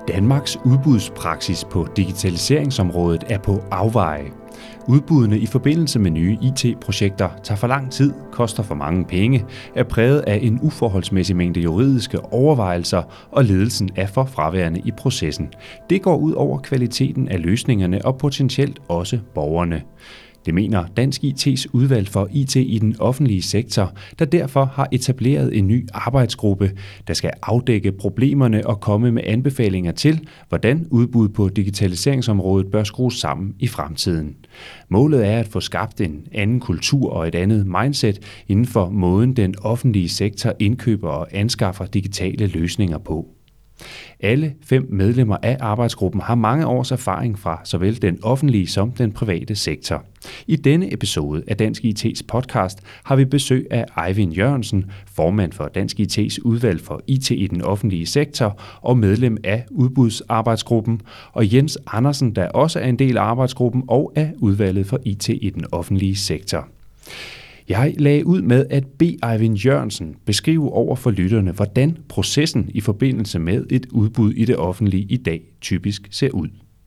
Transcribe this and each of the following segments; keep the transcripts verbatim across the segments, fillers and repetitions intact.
Danmarks udbudspraksis på digitaliseringsområdet er på afveje. Udbuddene i forbindelse med nye I T-projekter tager for lang tid, koster for mange penge, er præget af en uforholdsmæssig mængde juridiske overvejelser, og ledelsen er for fraværende i processen. Det går ud over kvaliteten af løsningerne og potentielt også borgerne. Det mener Dansk I T's udvalg for I T i den offentlige sektor, der derfor har etableret en ny arbejdsgruppe, der skal afdække problemerne og komme med anbefalinger til, hvordan udbud på digitaliseringsområdet bør skrues sammen i fremtiden. Målet er at få skabt en anden kultur og et andet mindset inden for måden den offentlige sektor indkøber og anskaffer digitale løsninger på. Alle fem medlemmer af arbejdsgruppen har mange års erfaring fra såvel den offentlige som den private sektor. I denne episode af Dansk I T's podcast har vi besøg af Eivind Jørgensen, formand for Dansk I T's udvalg for I T i den offentlige sektor og medlem af udbudsarbejdsgruppen, og Jens Andersen, der også er en del af arbejdsgruppen og af udvalget for I T i den offentlige sektor. Jeg lagde ud med at bede Eivind Jørgensen beskrive over for lytterne, hvordan processen i forbindelse med et udbud i det offentlige i dag typisk ser ud.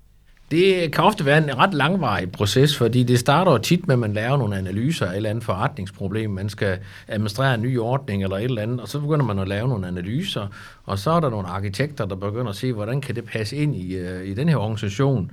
Det kan ofte være en ret langvarig proces, fordi det starter tit med, at man laver nogle analyser af et eller andet forretningsproblem. Man skal administrere en ny ordning eller et eller andet, og så begynder man at lave nogle analyser, og så er der nogle arkitekter, der begynder at se, hvordan kan det passe ind i, i den her organisation.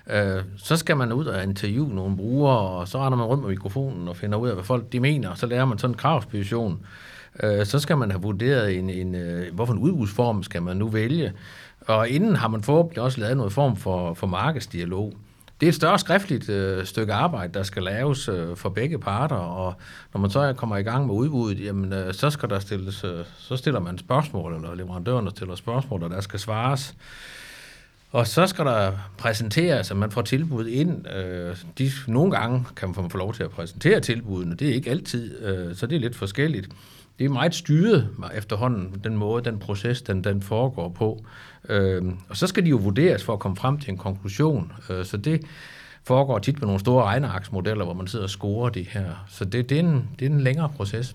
Så skal man ud og interviewe nogle brugere, og så render man rundt med mikrofonen og finder ud af, hvad folk de mener, og så lærer man sådan en kravspecifikation. Så skal man have vurderet, en, en, hvorfor en udbudsform skal man nu vælge, og inden har man forhåbentlig også lavet noget form for, for markedsdialog. Det er et større skriftligt øh, stykke arbejde, der skal laves øh, for begge parter, og når man så kommer i gang med udbuddet, jamen, øh, så skal der stilles, øh, så stiller man spørgsmål, eller leverandøren stiller spørgsmål, og der skal svares. Og så skal der præsenteres, at man får tilbud ind. De, nogle gange kan man få lov til at præsentere tilbudene, det er ikke altid, så det er lidt forskelligt. Det er meget styret efterhånden, den måde, den proces, den, den foregår på. Og så skal de jo vurderes for at komme frem til en konklusion. Så det foregår tit med nogle store regnearksmodeller, hvor man sidder og scorer det her. Så det, det, er, en, det er en længere proces.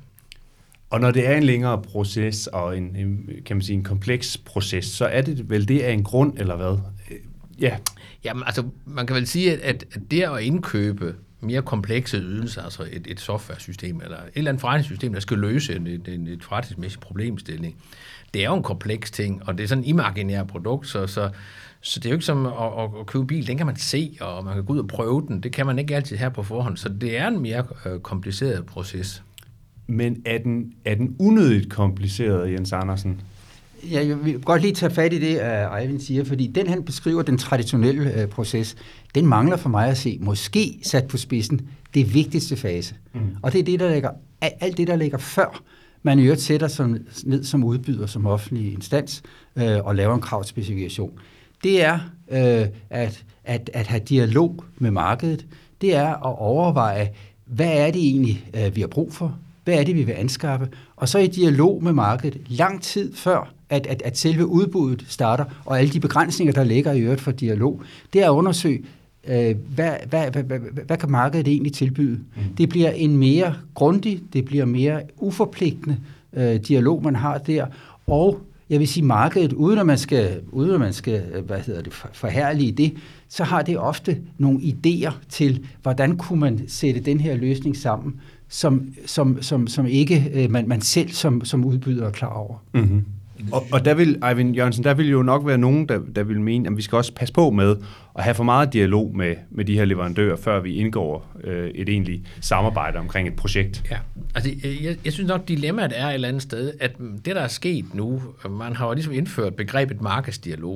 Og når det er en længere proces og en, en, kan man sige, en kompleks proces, så er det vel det af en grund, eller hvad? Ja. Jamen, altså, man kan vel sige, at, at det at indkøbe mere komplekse ydelser, altså et, et softwaresystem, eller et eller andet forretningssystem, der skal løse en, et, et forretningsmæssigt problemstilling, det er jo en kompleks ting, og det er sådan en imaginær produkt, så, så, så det er jo ikke som at, at, at købe bil, den kan man se, og man kan gå ud og prøve den, det kan man ikke altid her på forhånd, så det er en mere øh, kompliceret proces. Men er den, er den unødigt kompliceret, Jens Andersen? Ja, jeg vil godt lige tage fat i det, Eivind siger, fordi den han beskriver, den traditionelle øh, proces, den mangler for mig at se, måske sat på spidsen, det vigtigste fase. Mm. Og det er det, der ligger, alt det, der ligger før, man i øvrigt sætter som, ned som udbyder, som offentlig instans, øh, og laver en kravspecifikation. Det er øh, at, at, at have dialog med markedet. Det er at overveje, hvad er det egentlig, øh, vi har brug for? Hvad er det, vi vil anskaffe? Og så i dialog med markedet, lang tid før, at, at, at selve udbuddet starter, og alle de begrænsninger, der ligger i øvrigt for dialog, det er at undersøge, øh, hvad, hvad, hvad, hvad, hvad kan markedet egentlig tilbyde? Mm. Det bliver en mere grundig, det bliver mere uforpligtende øh, dialog, man har der, og jeg vil sige, markedet, uden at man skal, uden at man skal hvad hedder det, forherlige det, så har det ofte nogle idéer til, hvordan kunne man sætte den her løsning sammen, som, som, som, som ikke øh, man, man selv som, som udbyder er klar over. Mm-hmm. Og, og der vil, Eivind Jørgensen, der vil jo nok være nogen, der, der vil mene, at vi skal også passe på med at have for meget dialog med, med de her leverandører, før vi indgår øh, et egentligt samarbejde omkring et projekt. Ja, altså jeg, jeg synes nok, dilemmaet er et eller andet sted, at det, der er sket nu, man har jo ligesom indført begrebet markedsdialog.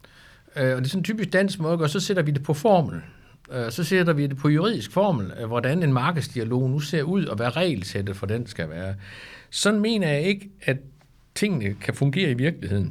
Og det er sådan en typisk dansk måde, og så sætter vi det på formel. Så sætter vi det på juridisk formel, hvordan en markedsdialog nu ser ud, og hvad regelsættet for den skal være. Sådan mener jeg ikke, at tingene kan fungere i virkeligheden.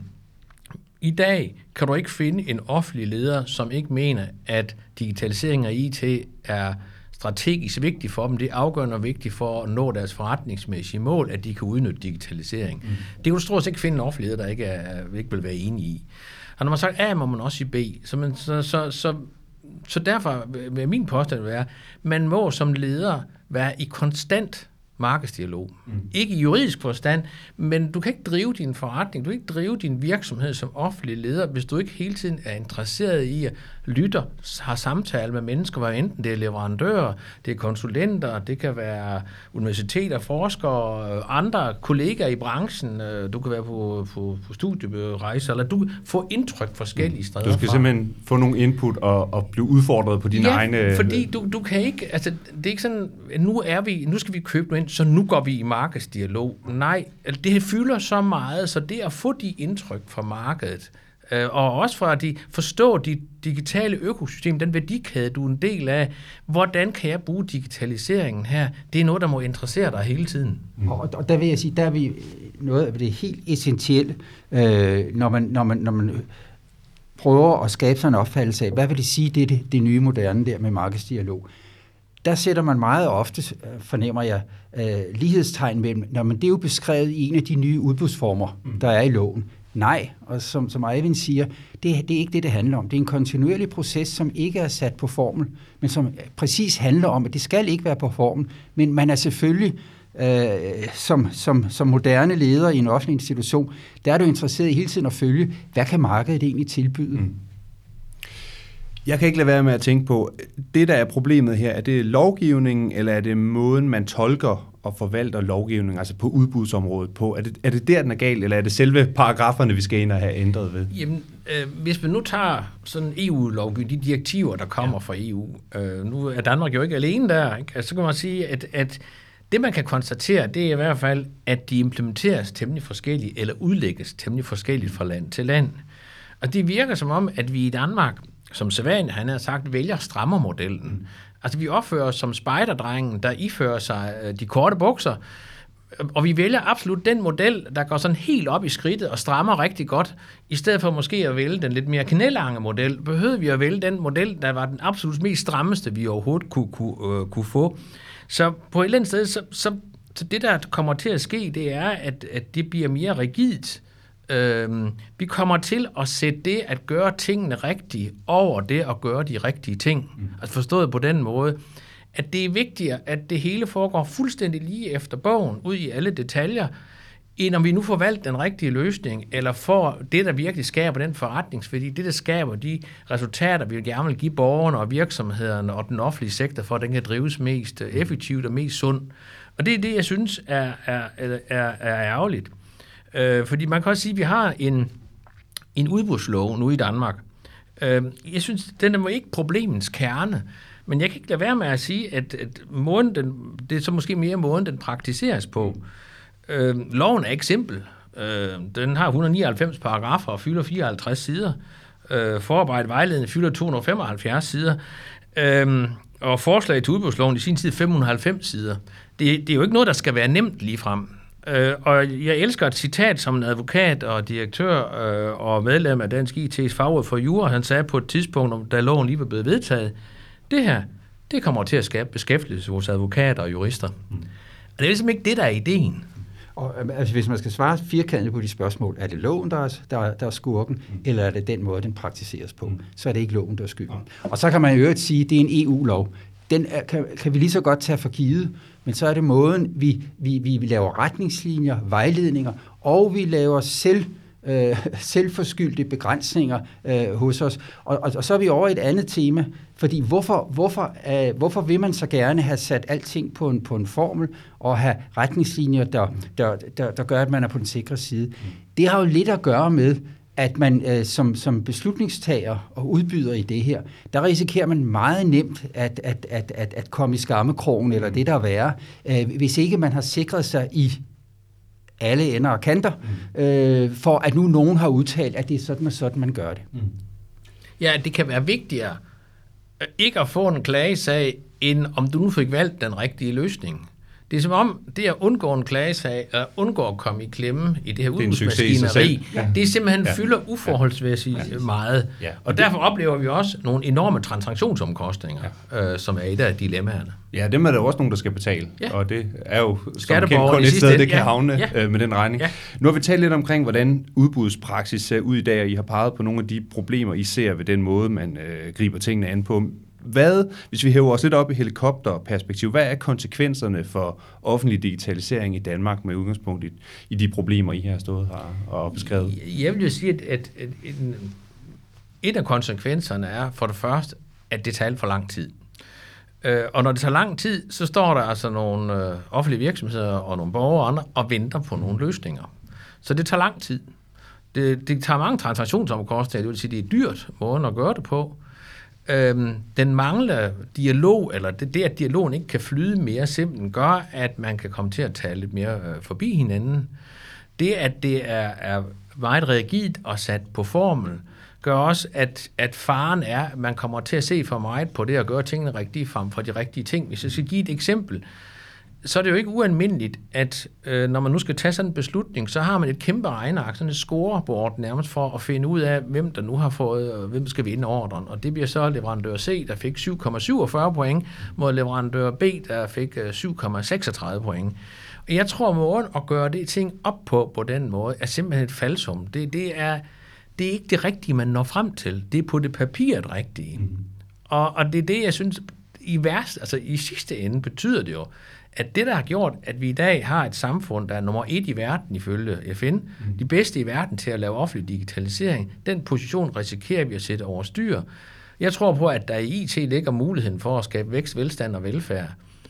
I dag kan du ikke finde en offentlig leder, som ikke mener, at digitalisering af I T er strategisk vigtigt for dem. Det er afgørende og vigtigt for at nå deres forretningsmæssige mål, at de kan udnytte digitalisering. Mm. Det kan du stort set ikke finde en offentlig leder, der ikke, er, ikke vil være enige i. Og når man sagt A, må man også sige B. Så, man, så, så, så, så derfor vil min påstand være, man må som leder være i konstant markedsdialog. Mm. Ikke i juridisk forstand, men du kan ikke drive din forretning, du kan ikke drive din virksomhed som offentlig leder, hvis du ikke hele tiden er interesseret i at lytte, har samtale med mennesker, hvor enten det er leverandører, det er konsulenter, det kan være universiteter, forskere, andre kollegaer i branchen, du kan være på, på, på studierejser, eller du kan få indtryk forskellige steder. Du skal fra. simpelthen få nogle input og, og blive udfordret på dine ja, egne... Ja, fordi du, du kan ikke, altså det er ikke sådan, nu er vi, nu skal vi købe noget ind, så nu går vi i markedsdialog. Nej, det fylder så meget, så det at få de indtryk fra markedet, øh, og også fra at de forstå de digitale økosystem, den værdikæde, du er en del af, hvordan kan jeg bruge digitaliseringen her? Det er noget, der må interessere dig hele tiden. Mm. Og, og der vil jeg sige, der er vi noget af det helt essentielle, øh, når man, når man, når man prøver at skabe sig en opfattelse af, hvad vil det sige, det er det, det nye moderne der med markedsdialog. Der sætter man meget ofte, fornemmer jeg, øh, lighedstegn mellem, når man det er jo beskrevet i en af de nye udbudsformer, mm. der er i loven. Nej, og som, som Eivind siger, det, det er ikke det, det handler om. Det er en kontinuerlig proces, som ikke er sat på formel, men som præcis handler om, at det skal ikke være på formel, men man er selvfølgelig øh, som, som, som moderne leder i en offentlig institution, der er du interesseret i hele tiden at følge, hvad kan markedet egentlig tilbyde? Mm. Jeg kan ikke lade være med at tænke på, det der er problemet her, er det lovgivningen, eller er det måden, man tolker og forvalter lovgivningen, altså på udbudsområdet på? Er det, er det der, den er galt, eller er det selve paragraferne, vi skal ind og have ændret ved? Jamen, øh, hvis man nu tager sådan E U-lovgivning, de direktiver, der kommer ja. fra E U, øh, nu er Danmark jo ikke alene der, ikke? Altså, så kan man sige, at, at det, man kan konstatere, det er i hvert fald, at de implementeres temmelig forskelligt, eller udlægges temmelig forskelligt fra land til land. Og det virker som om, at vi i Danmark, som sædvanligt, han har sagt, vælger strammermodellen. Mm. Altså, vi opfører os som spejderdrengen, der ifører sig de korte bukser, og vi vælger absolut den model, der går sådan helt op i skridtet og strammer rigtig godt, i stedet for måske at vælge den lidt mere knælange model, behøvede vi at vælge den model, der var den absolut mest strammeste, vi overhovedet kunne, kunne, øh, kunne få. Så på et eller andet sted, så, så, så det, der kommer til at ske, det er, at, at det bliver mere rigidt. Øhm, vi kommer til at sætte det at gøre tingene rigtigt over det at gøre de rigtige ting. Mm. Altså forstået på den måde, at det er vigtigere, at det hele foregår fuldstændig lige efter bogen, ud i alle detaljer, end om vi nu får valgt den rigtige løsning, eller får det, der virkelig skaber den forretningsværdi, det, der skaber de resultater, vi gerne vil give borgerne og virksomhederne og den offentlige sektor, for at den kan drives mest effektivt og mest sund. Og det er det, jeg synes er, er, er, er ærgerligt. Øh, fordi man kan også sige, at vi har en, en udbudslov nu i Danmark. Øh, jeg synes, den er jo ikke problemens kerne, men jeg kan ikke lade være med at sige, at, at måden den, det er så måske mere måden, den praktiseres på. Øh, loven er ikke simpel. Øh, den har et hundrede og nioghalvfems paragrafer og fylder fireoghalvtreds sider. Øh, forarbejdet vejledning fylder to hundrede og femoghalvfjerds sider. Øh, og forslag til udbudsloven i sin tid fem hundrede og halvfems sider. Det, det er jo ikke noget, der skal være nemt ligefrem. Øh, og jeg elsker et citat som en advokat og direktør øh, og medlem af Dansk I T's fagråd for jura. Han sagde på et tidspunkt, da loven lige var blevet vedtaget, det her, det kommer til at skabe beskæftigelse hos advokater og jurister. Mm. Og det er ligesom ikke det, der er ideen. Og altså, hvis man skal svare firkantet på de spørgsmål, er det loven, der er, der, der er skurken, mm. eller er det den måde, den praktiseres på, mm. så er det ikke loven, der er skylden. Mm. Og så kan man jo øvrigt sige, at det er en E U-lov. Den er, kan, kan vi lige så godt tage for givet, men så er det måden, vi, vi, vi laver retningslinjer, vejledninger, og vi laver selv, øh, selvforskyldte begrænsninger øh, hos os. Og, og, og så er vi over et andet tema, fordi hvorfor, hvorfor, øh, hvorfor vil man så gerne have sat alting på en, på en formel, og have retningslinjer, der, der, der, der gør, at man er på den sikre side? Det har jo lidt at gøre med, at man øh, som, som beslutningstager og udbyder i det her, der risikerer man meget nemt at, at, at, at, at komme i skammekrogen, eller det der er værre, øh, hvis ikke man har sikret sig i alle ender og kanter, øh, for at nu nogen har udtalt, at det er sådan og sådan, man gør det. Mm. Ja, det kan være vigtigere ikke at få en klagesag, end om du nu fik valgt den rigtige løsning. Det er som om, det at undgå en klagesag, eller undgå at komme i klemme i det her udbudsmaskineri, ja. det er simpelthen ja. fylder uforholdsmæssigt ja. meget. Ja. Og, og derfor det, oplever vi også nogle enorme transaktionsomkostninger, ja. øh, som er et af dilemmaerne. Ja, dem er der også nogen, der skal betale, ja. og det er jo som kendt kun et sted, det kan ja. havne ja. øh, med den regning. Ja. Nu har vi talt lidt omkring, hvordan udbudspraksis ser ud i dag, og I har peget på nogle af de problemer, I ser ved den måde, man øh, griber tingene an på. hvad, hvis vi hæver os lidt op i helikopterperspektiv, hvad er konsekvenserne for offentlig digitalisering i Danmark med udgangspunkt i, i de problemer, I har stået her og beskrevet? Jeg vil jo sige, at, at, at en, et af konsekvenserne er for det første, at det tager alt for lang tid. Øh, og når det tager lang tid, så står der altså nogle øh, offentlige virksomheder og nogle borgere og andre og venter på nogle løsninger. Så det tager lang tid. Det, det tager mange transaktionsomkostninger, det vil sige, det er dyrt måden at gøre det på. Øhm, den mangler dialog, eller det, det, at dialogen ikke kan flyde mere simpelt, gør, at man kan komme til at tale lidt mere øh, forbi hinanden. Det, at det er, er meget rigidt og sat på formel, gør også, at, at faren er, at man kommer til at se for meget på det at gøre tingene rigtigt frem for de rigtige ting. Hvis jeg skal give et eksempel, så er det jo ikke ualmindeligt, at øh, når man nu skal tage sådan en beslutning, så har man et kæmpe regneark, sådan et scoreboard nærmest for at finde ud af, hvem der nu har fået, og hvem skal vinde ordren. Og det bliver så leverandør C, der fik syv komma syvogfyrre point, mod leverandør B, der fik øh, syv komma seksogtredive point. Og jeg tror, at måden at gøre det ting op på, på den måde, er simpelthen et falsum. Det, det, er, det er ikke det rigtige, man når frem til. Det er på det papiret rigtige. Mm. Og, og det er det, jeg synes, i værst, altså i sidste ende betyder det jo, at det, der har gjort, at vi i dag har et samfund, der er nummer et i verden ifølge F N, mm. de bedste i verden til at lave offentlig digitalisering, den position risikerer vi at sætte over styr. Jeg tror på, at der i I T ligger muligheden for at skabe vækst, velstand og velfærd.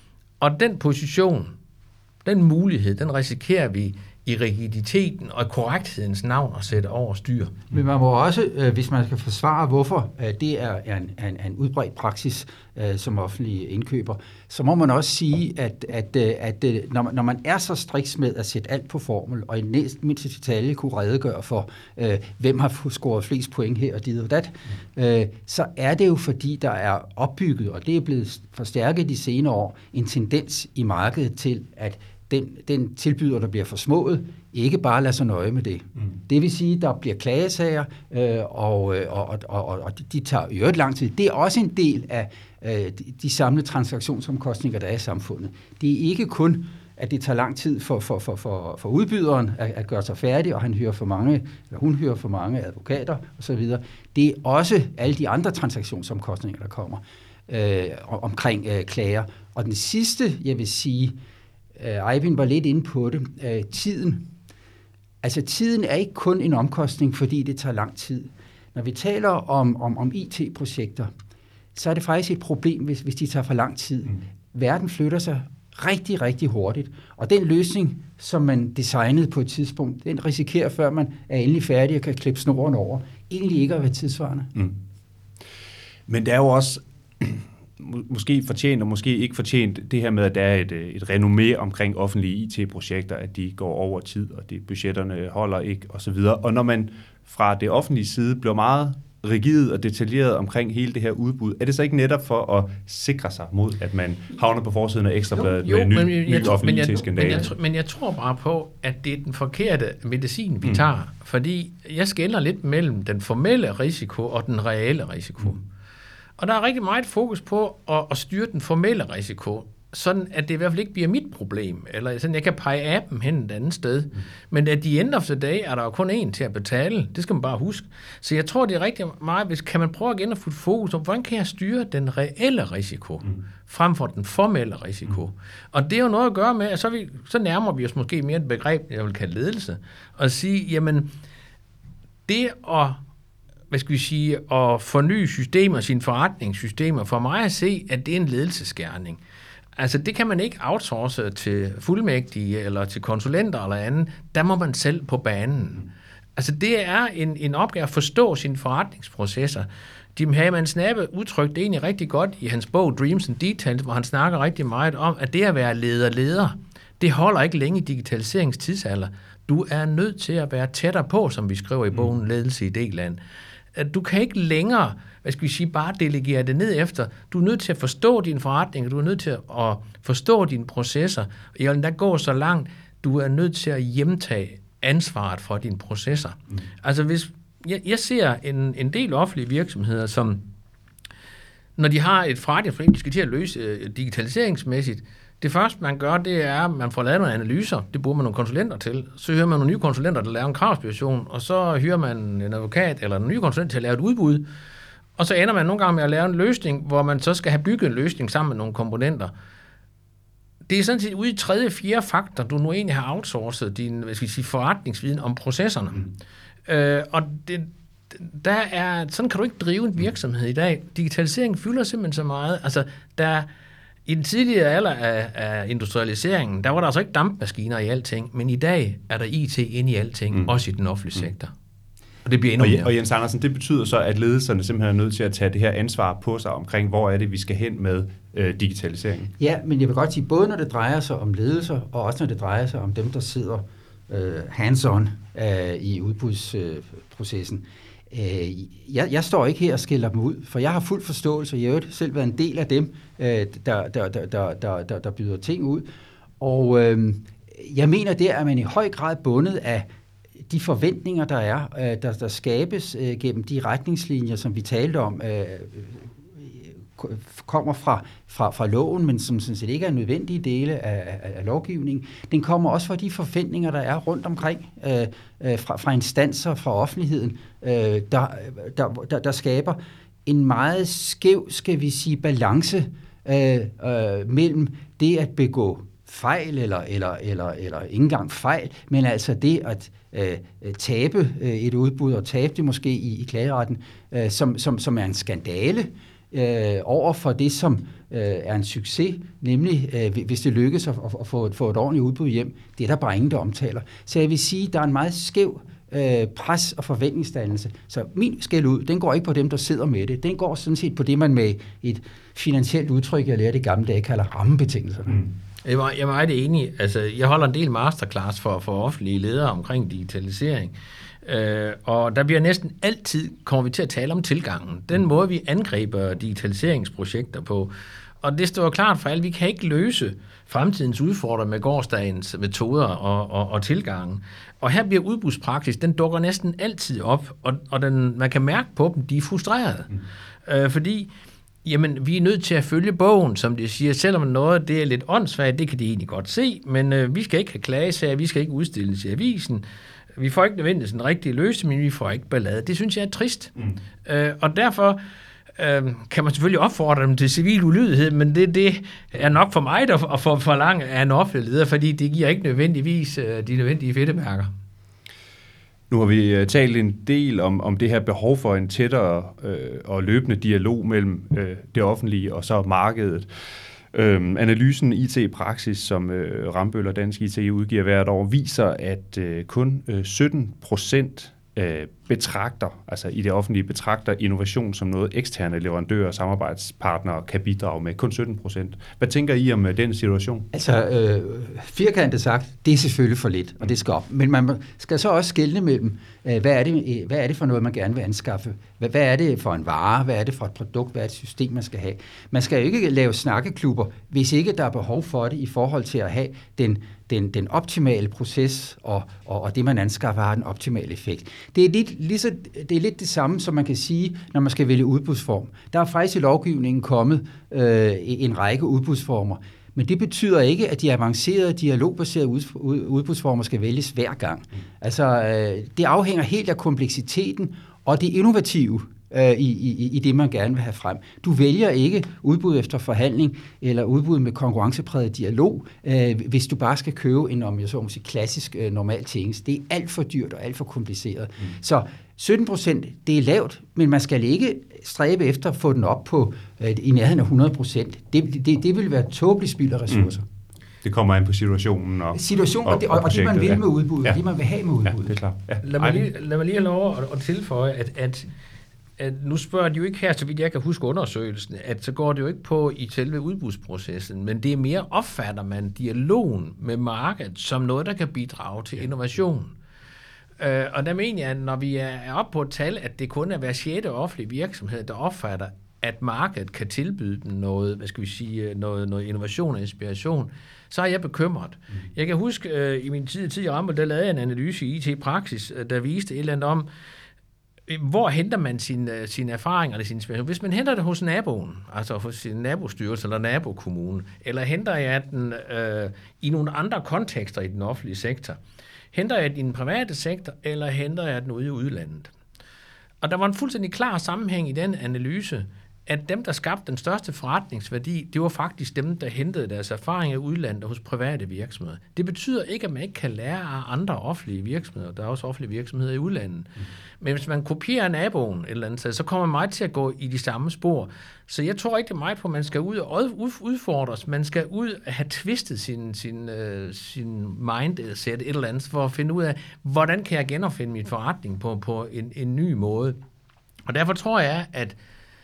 Og den position, den mulighed, den risikerer vi i rigiditeten og korrekthedens navn at sætte over styr. Men man må også, hvis man skal forsvare, hvorfor det er en, en, en udbredt praksis som offentlig indkøber, så må man også sige, at, at, at når, man, når man er så striks med at sætte alt på formel, og i næst mindste detalje kunne redegøre for, øh, hvem har scoret flest point her og dit og dat, øh, så er det jo fordi, der er opbygget, og det er blevet forstærket de senere år, en tendens i markedet til, at Den, den tilbyder, der bliver forsmået, ikke bare lader sig nøje med det. Mm. Det vil sige, at der bliver klagesager, øh, og, og, og, og, og de, de tager i øvrigt lang tid. Det er også en del af øh, de, de samlede transaktionsomkostninger, der er i samfundet. Det er ikke kun, at det tager lang tid for, for, for, for, for udbyderen at, at gøre sig færdig, og han hører for mange, eller hun hører for mange advokater osv. Det er også alle de andre transaktionsomkostninger, der kommer øh, omkring øh, klager. Og den sidste, jeg vil sige, Uh, Eivind var lidt inde på det. Uh, tiden. Altså tiden er ikke kun en omkostning, fordi det tager lang tid. Når vi taler om, om, om I T-projekter, så er det faktisk et problem, hvis, hvis de tager for lang tid. Mm. Verden flytter sig rigtig, rigtig hurtigt. Og den løsning, som man designede på et tidspunkt, den risikerer, før man er endelig færdig og kan klippe snoren over, egentlig ikke at være tidsvarende. Mm. Men det er jo også måske fortjent og måske ikke fortjent det her med, at der er et, et renommé omkring offentlige I T-projekter, at de går over tid, og det, budgetterne holder ikke, osv. Og når man fra det offentlige side bliver meget rigid og detaljeret omkring hele det her udbud, er det så ikke netop for at sikre sig mod, at man havner på forsiden af Ekstrabladet med en ny, ny offentlig I T-skandale? Men, men, men jeg tror bare på, at det er den forkerte medicin, vi mm. tager, fordi jeg skelner lidt mellem den formelle risiko og den reelle risiko. Mm. Og der er rigtig meget fokus på at, at styre den formelle risiko, sådan at det i hvert fald ikke bliver mit problem, eller sådan, jeg kan pege af dem hen et andet sted. Mm. Men at de end of the day er der jo kun én til at betale, det skal man bare huske. Så jeg tror, det er rigtig meget, hvis kan man prøve igen at få fokus på, hvordan kan jeg styre den reelle risiko, mm. frem for den formelle risiko. Mm. Og det er jo noget at gøre med, at så, vi, så nærmer vi os måske mere et begreb, jeg vil kalde ledelse, og sige, jamen, det at hvad skal vi sige, at forny systemer, sine forretningssystemer, for mig at se, at det er en ledelsesgerning. Altså, det kan man ikke outsource til fuldmægtige eller til konsulenter eller andet. Der må man selv på banen. Altså, det er en, en opgave at forstå sine forretningsprocesser. Jim Hagemann Snabe udtrykte det egentlig rigtig godt i hans bog Dreams and Details, hvor han snakker rigtig meget om, at det at være leder-leder, det holder ikke længe i digitaliseringstidsalder. Du er nødt til at være tættere på, som vi skriver i bogen Ledelse i D-land. Du kan ikke længere, hvad skal vi sige, bare delegere det ned efter. Du er nødt til at forstå din forretning, du er nødt til at forstå dine processer. Jeg vil endda gå så langt, du er nødt til at hjemtage ansvaret for dine processer. Mm. Altså hvis, jeg, jeg ser en, en del offentlige virksomheder, som når de har et forretningsproblem, de skal til at løse uh, digitaliseringsmæssigt, det første, man gør, det er, at man får lavet nogle analyser. Det bruger man nogle konsulenter til. Så hører man nogle nye konsulenter, der laver en kravspecifikation, og så hyrer man en advokat eller en ny konsulent til at lave et udbud. og så ender man nogle gange med at lave en løsning, hvor man så skal have bygget en løsning sammen med nogle komponenter. Det er sådan set ude i tredje, fjerde faktor, du nu egentlig har outsourcet din, hvad skal jeg sige, forretningsviden om processerne. Mm. Øh, og det, der er, sådan kan du ikke drive en virksomhed i dag. Digitaliseringen fylder simpelthen så meget. Altså, der, i den tidligere alder af, af industrialiseringen, der var der altså ikke dampmaskiner i alting, men i dag er der I T inde i alting, mm. også i den offentlige sektor. Og det bliver endnu mere. Og Jens Andersen, det betyder så, at ledelserne simpelthen er nødt til at tage det her ansvar på sig omkring, hvor er det, vi skal hen med øh, digitaliseringen. Ja, men jeg vil godt sige, både når det drejer sig om ledelser, og også når det drejer sig om dem, der sidder øh, hands-on øh, i udbudsprocessen. Øh, jeg, jeg står ikke her og skiller dem ud, for jeg har fuld forståelse. Jeg har selv været en del af dem, øh, der, der, der, der, der, der, der byder ting ud. Og øh, jeg mener, der er man i høj grad bundet af de forventninger, der er, øh, der, der skabes øh, gennem de retningslinjer, som vi talte om, øh, kommer fra, fra, fra loven, men som sådan set ikke er nødvendige dele af, af, af lovgivningen. Den kommer også fra de forventninger, der er rundt omkring, øh, øh, fra, fra instanser, fra offentligheden, øh, der, der, der, der skaber en meget skæv, skal vi sige, balance øh, øh, mellem det at begå fejl, eller, eller, eller, eller ikke engang fejl, men altså det at øh, tabe øh, et udbud, og tabe det måske i, i klageretten, øh, som, som, som er en skandale, Øh, over for det, som øh, er en succes, nemlig øh, hvis det lykkes at, at få, få et ordentligt udbud hjem. Det er der bare ingen, der omtaler. Så jeg vil sige, at der er en meget skæv øh, pres- og forventningsdannelse. Så min skæld ud, den går ikke på dem, der sidder med det. Den går sådan set på det, man med et finansielt udtryk, jeg lærte i gamle dage, kalder rammebetingelser. Mm. Jeg var, jeg er meget enig. Altså, jeg holder en del masterclass for, for offentlige ledere omkring digitalisering. Øh, og der bliver næsten altid, kommer vi til at tale om tilgangen. Den måde, vi angriber digitaliseringsprojekter på. Og det står klart for alle, vi kan ikke løse fremtidens udfordringer med gårsdagens metoder og, og, og tilgangen. Og her bliver udbudspraksis, den dukker næsten altid op, og, og den, man kan mærke på dem, de er frustrerede. Mm. Øh, fordi jamen, vi er nødt til at følge bogen, som de siger, selvom noget det er lidt åndssvagt, det kan de egentlig godt se, men øh, vi skal ikke have klagesager, vi skal ikke udstilles i avisen. Vi får ikke nødvendigvis en rigtig løsning, men vi får ikke ballade. Det synes jeg er trist. Mm. Øh, og derfor øh, kan man selvfølgelig opfordre dem til civil ulydighed, men det, det er nok for mig at, at få forlange af en offentlig leder, fordi det giver ikke nødvendigvis øh, de nødvendige fedtemærker. Nu har vi uh, talt en del om, om det her behov for en tættere øh, og løbende dialog mellem øh, det offentlige og så markedet. Øhm, analysen I T-praksis, som øh, Rambøll og Dansk I T udgiver hvert år, viser, at øh, kun øh, sytten procent øh, betragter, altså i det offentlige betragter innovation som noget eksterne leverandører og samarbejdspartnere kan bidrage med. Kun sytten procent. Hvad tænker I om øh, den situation? Altså, øh, firkantet sagt, det er selvfølgelig for lidt, og det skal op. Men man skal så også skelne mellem, øh, hvad, er det, hvad er det for noget, man gerne vil anskaffe? Hvad, hvad er det for en vare? Hvad er det for et produkt? Hvad er det system, man skal have? Man skal jo ikke lave snakkeklubber, hvis ikke der er behov for det i forhold til at have den, den, den optimale proces, og, og, og det, man anskaffer, har den optimale effekt. Det er lidt Lige så, det er lidt det samme, som man kan sige, når man skal vælge udbudsform. Der er faktisk i lovgivningen kommet øh, en række udbudsformer, men det betyder ikke, at de avancerede dialogbaserede udbudsformer skal vælges hver gang. Altså, øh, det afhænger helt af kompleksiteten og det innovative øh, i, i, i det, man gerne vil have frem. Du vælger ikke udbud efter forhandling eller udbud med konkurrencepræget dialog, øh, hvis du bare skal købe en, om jeg så må sige, klassisk øh, normal tjeneste. Det er alt for dyrt og alt for kompliceret. Mm. Så sytten procent, det er lavt, men man skal ikke stræbe efter at få den op på øh, i nærheden af hundrede procent. Det, det, det vil være tåbeligt spild af ressourcer. Mm. Det kommer an på situationen og Situationen, og, og, og, og, og det, man vil ja. med udbuddet, ja. Og det, man vil have med udbuddet. Ja, det er klart. Ja. Lad, mig lige, lad mig lige have lov at, at tilføje, at, at, at nu spørger de jo ikke her, så vidt jeg kan huske undersøgelsen, at så går det jo ikke på i selve udbudsprocessen, men det er mere opfatter man dialogen med markedet som noget, der kan bidrage til innovation. Uh, og der mener jeg, at når vi er oppe på et tal, at det kun er hver sjette offentlige virksomhed, der opfatter, at markedet kan tilbyde dem noget, hvad skal vi sige, noget, noget innovation og inspiration, så er jeg bekymret. Mm. Jeg kan huske, uh, i min tid, tid i Rambøll, der lavede jeg en analyse i I T-praksis, der viste et eller andet om, hvor henter man sin, sin erfaring eller sin inspiration? Hvis man henter det hos naboen, altså hos sin nabostyrelse eller nabokommune, eller henter jeg den øh, i nogle andre kontekster i den offentlige sektor, henter jeg den i den private sektor, eller henter jeg den ude i udlandet? og der var en fuldstændig klar sammenhæng i den analyse, at dem, der skabte den største forretningsværdi, det var faktisk dem, der hentede deres erfaringer i udlandet hos private virksomheder. Det betyder ikke, at man ikke kan lære af andre offentlige virksomheder. Der er også offentlige virksomheder i udlandet. Mm. Men hvis man kopierer naboen et eller andet sted, så kommer man meget til at gå i de samme spor. Så jeg tror rigtig meget på, at man skal ud og udfordres. Man skal ud og have twistet sin, sin, uh, sin mindset et eller andet, for at finde ud af, hvordan kan jeg genopfinde min forretning på, på en, en ny måde. Og derfor tror jeg, at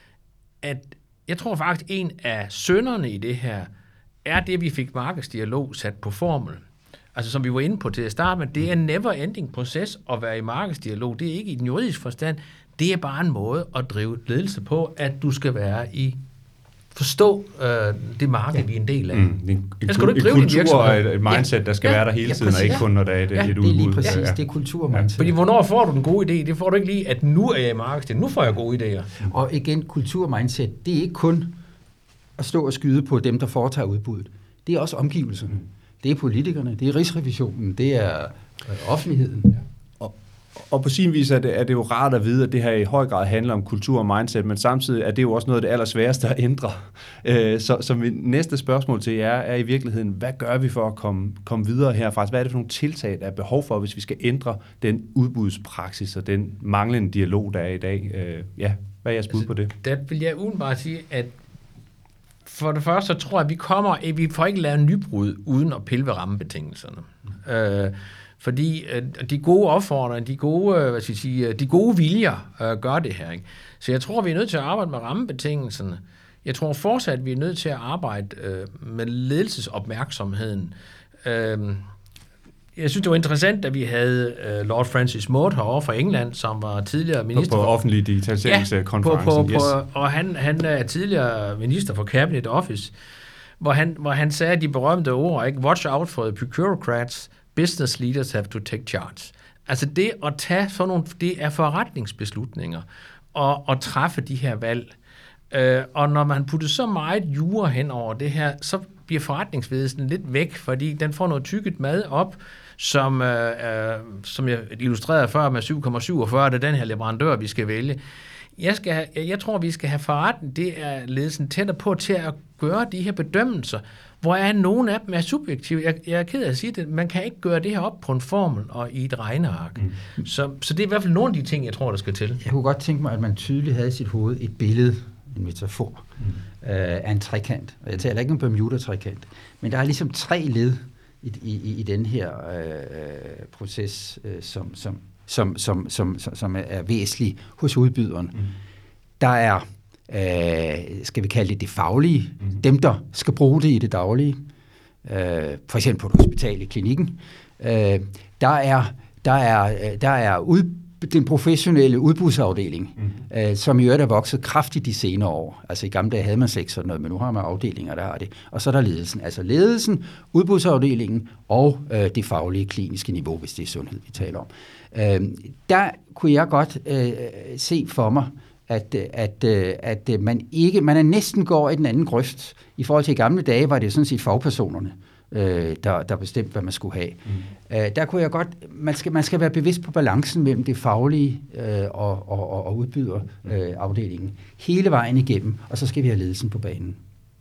at jeg tror faktisk, en af synderne i det her, er det, vi fik markedsdialog sat på formel. Altså som vi var inde på til at starte med, det er en never-ending proces at være i markedsdialog. Det er ikke i den juridiske forstand. Det er bare en måde at drive ledelse på, at du skal være i forstå øh, det marked, ja. vi er en del af. Mm, en, en, skal du ikke drive en kultur og et, et mindset, ja. der skal ja. være der hele tiden, ja, og ikke kun når der er et, ja. et udbud. Det er lige præcis, ja. det er kulturmindset. Fordi hvornår får du den gode idé? Det får du ikke lige, at nu er jeg i markedet. Nu får jeg gode idéer. Og igen, kulturmindset, det er ikke kun at stå og skyde på dem, der foretager udbuddet. Det er også omgivelserne. Det er politikerne, det er Rigsrevisionen, det er offentligheden. Ja. Og på sin vis er det, er det jo rart at vide, at det her i høj grad handler om kultur og mindset, men samtidig er det jo også noget af det allersværeste at ændre. Så, så mit næste spørgsmål til jer er i virkeligheden, hvad gør vi for at komme, komme videre herfra? Hvad er det for nogle tiltag, der er behov for, hvis vi skal ændre den udbudspraksis og den manglende dialog, der er i dag? Ja, hvad er jeres bud altså, på det? Der vil jeg udenbart sige, at for det første, så tror jeg, at vi kommer, at vi får ikke lavet nybrud uden at pille ved rammebetingelserne. Mm. Øh, Fordi øh, de gode opfordringer, de gode, øh, hvad skal jeg sige, de gode viljer øh, gør det her. Ikke? Så jeg tror, vi er nødt til at arbejde med rammebetingelserne. Jeg tror fortsat, at vi er nødt til at arbejde øh, med ledelsesopmærksomheden. Øh, jeg synes, det var interessant, at vi havde øh, Lord Francis Mote herovre fra England, som var tidligere minister på, på for offentlig digitaliseringskonferencen. Ja, på, på, yes. på, og han, han er tidligere minister for Cabinet Office, hvor han, hvor han sagde de berømte ord, ikke? Watch out for the bureaucrats. Business leaders have to take charge. Altså det at tage sådan nogle, det er forretningsbeslutninger og, og træffe de her valg. Øh, og når man putter så meget jura hen over det her, så bliver forretningsledelsen lidt væk, fordi den får noget tykket mad op, som, øh, øh, som jeg illustrerede før med syv komma syvogfyrre, det er den her leverandør, vi skal vælge. Jeg, skal have, jeg tror, vi skal have forretning, det er ledelsen tættere på til at gøre de her bedømmelser, hvor er nogle af dem er subjektive. Jeg, jeg er ked af at sige det, man kan ikke gøre det her op på en formel og i et regneark. Mm. Så, så det er i hvert fald nogle af de ting, jeg tror, der skal til. Jeg kunne godt tænke mig, at man tydeligt havde i sit hoved et billede, en metafor, mm. øh, af en trekant. Jeg taler ikke om Bermuda-trekant, men der er ligesom tre led i, i, i den her øh, proces, øh, som, som, som, som, som, som er væsentlig hos udbyderen. Mm. Der er Øh, skal vi kalde det det faglige, mm. dem der skal bruge det i det daglige, øh, for eksempel på et hospital i klinikken. Øh, der er, der er, der er ud, den professionelle udbudsafdeling, mm. øh, som i øvrigt er vokset kraftigt de senere år. Altså i gamle dage havde man slet sådan noget, men nu har man afdelinger, der har det. Og så er der ledelsen. Altså ledelsen, udbudsafdelingen og øh, det faglige kliniske niveau, hvis det er sundhed, vi taler om. Øh, der kunne jeg godt øh, se for mig, At, at, at man ikke, man er næsten går i den anden grøft. I forhold til i gamle dage var det sådan set fagpersonerne, øh, der, der bestemte, hvad man skulle have. Mm. Øh, der kunne jeg godt, man skal, man skal være bevidst på balancen mellem det faglige øh, og, og, og udbyderafdelingen øh, hele vejen igennem, og så skal vi have ledelsen på banen.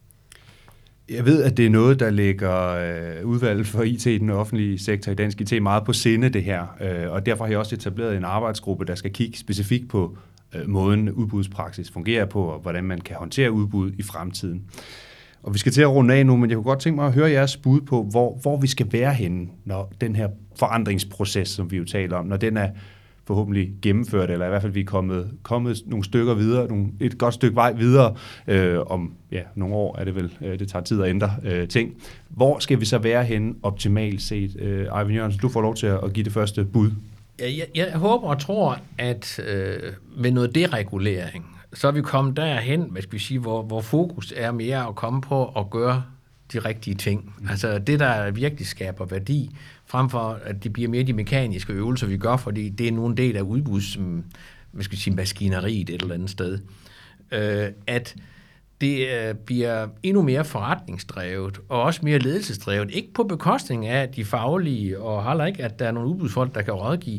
Jeg ved, at det er noget, der ligger øh, udvalget for I T i den offentlige sektor i dansk I T meget på sinde, det her. Øh, og derfor har jeg også etableret en arbejdsgruppe, der skal kigge specifikt på måden udbudspraksis fungerer på, og hvordan man kan håndtere udbud i fremtiden. Og vi skal til at runde af nu, men jeg kunne godt tænke mig at høre jeres bud på, hvor, hvor vi skal være henne, når den her forandringsproces, som vi jo taler om, når den er forhåbentlig gennemført, eller i hvert fald vi er kommet, kommet nogle stykker videre, nogle, et godt stykke vej videre, øh, om ja, nogle år er det vel, øh, det tager tid at ændre øh, ting. Hvor skal vi så være henne optimalt set? Øh, Eivind Jørgensen, du får lov til at give det første bud. Jeg, jeg håber og tror, at øh, med noget deregulering, så er vi kommet derhen, hvad skal vi sige, hvor, hvor fokus er mere at komme på at gøre de rigtige ting. Mm. Altså det, der virkelig skaber værdi, frem for at det bliver mere de mekaniske øvelser, vi gør, fordi det er nogle del af udbuds, hvad skal vi sige, maskineriet et eller andet sted. Øh, at det øh, bliver endnu mere forretningsdrevet, og også mere ledelsesdrevet. Ikke på bekostning af de faglige, og heller ikke, at der er nogle udbudsfolk, der kan rådgive,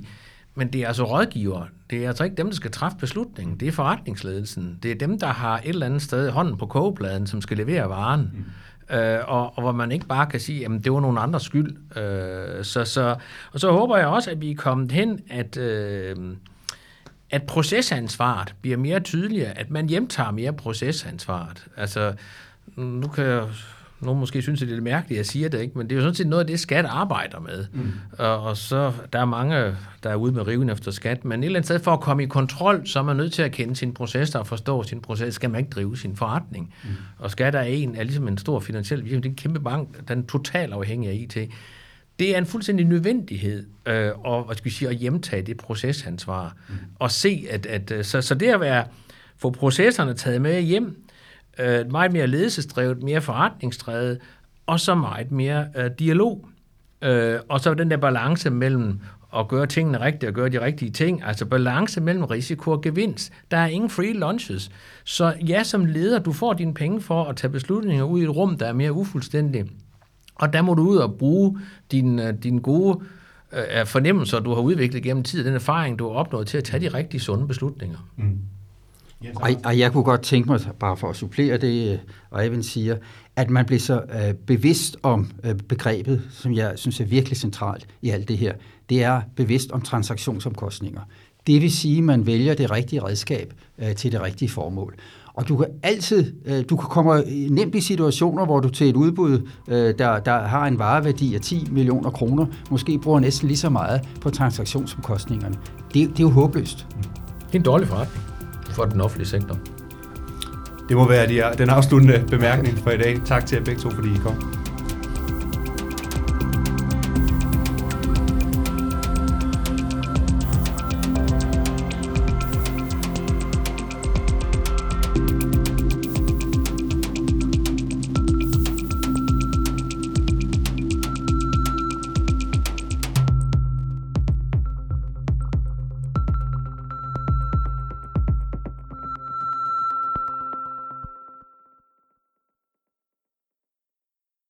Men det er altså rådgiver. Det er altså ikke dem, der skal træffe beslutningen. Det er forretningsledelsen. Det er dem, der har et eller andet sted hånden på kogepladen, som skal levere varen. Mm. Øh, og, og hvor man ikke bare kan sige, at det var nogen andres skyld. Øh, så, så, og så håber jeg også, at vi er kommet hen, at, øh, at procesansvaret bliver mere tydeligere, at man hjemtager mere procesansvaret. Altså, nu kan jeg... Nogle måske synes, at det er lidt mærkeligt, at jeg siger det, ikke? Men det er jo sådan set noget af det, skat arbejder med. Mm. Og, og så der er mange, der er ude med riven efter skat, men et eller andet sted for at komme i kontrol, så er man nødt til at kende sin proces og forstå sin proces. Skal man ikke drive sin forretning? Mm. Og skat er en, er ligesom en stor finansiel virksomhed. Det er en kæmpe bank, den er totalt afhængig af I T. Det er en fuldstændig nødvendighed øh, og, hvad skal vi sige, at hjemtage det procesansvar. Mm. Og se, at, at så, så det at være, få processerne taget med hjem, øh, meget mere ledelsesdrevet, mere forretningsdrevet, og så meget mere øh, dialog. Øh, og så den der balance mellem at gøre tingene rigtigt og gøre de rigtige ting, altså balance mellem risiko og gevinst. Der er ingen free lunches. Så ja, som leder, du får dine penge for at tage beslutninger ud i et rum, der er mere ufuldstændigt. Og der må du ud og bruge dine din gode øh, fornemmelser, du har udviklet gennem tid, den erfaring, du har opnået til at tage de rigtige sunde beslutninger. Mm. Yes, og, og jeg kunne godt tænke mig, bare for at supplere det, Øjvind siger, at man bliver så øh, bevidst om øh, begrebet, som jeg synes er virkelig centralt i alt det her. Det er bevidst om transaktionsomkostninger. Det vil sige, at man vælger det rigtige redskab øh, til det rigtige formål. Og du kan altid, øh, du kan komme nemt i situationer, hvor du til et udbud, øh, der, der har en vareværdi af ti millioner kroner, måske bruger næsten lige så meget på transaktionsomkostningerne. Det, det er jo håbløst. Det er en dårlig forretning for den offentlige sektor. Det må være de, den afsluttende bemærkning for i dag. Tak til jer begge to, fordi I kom.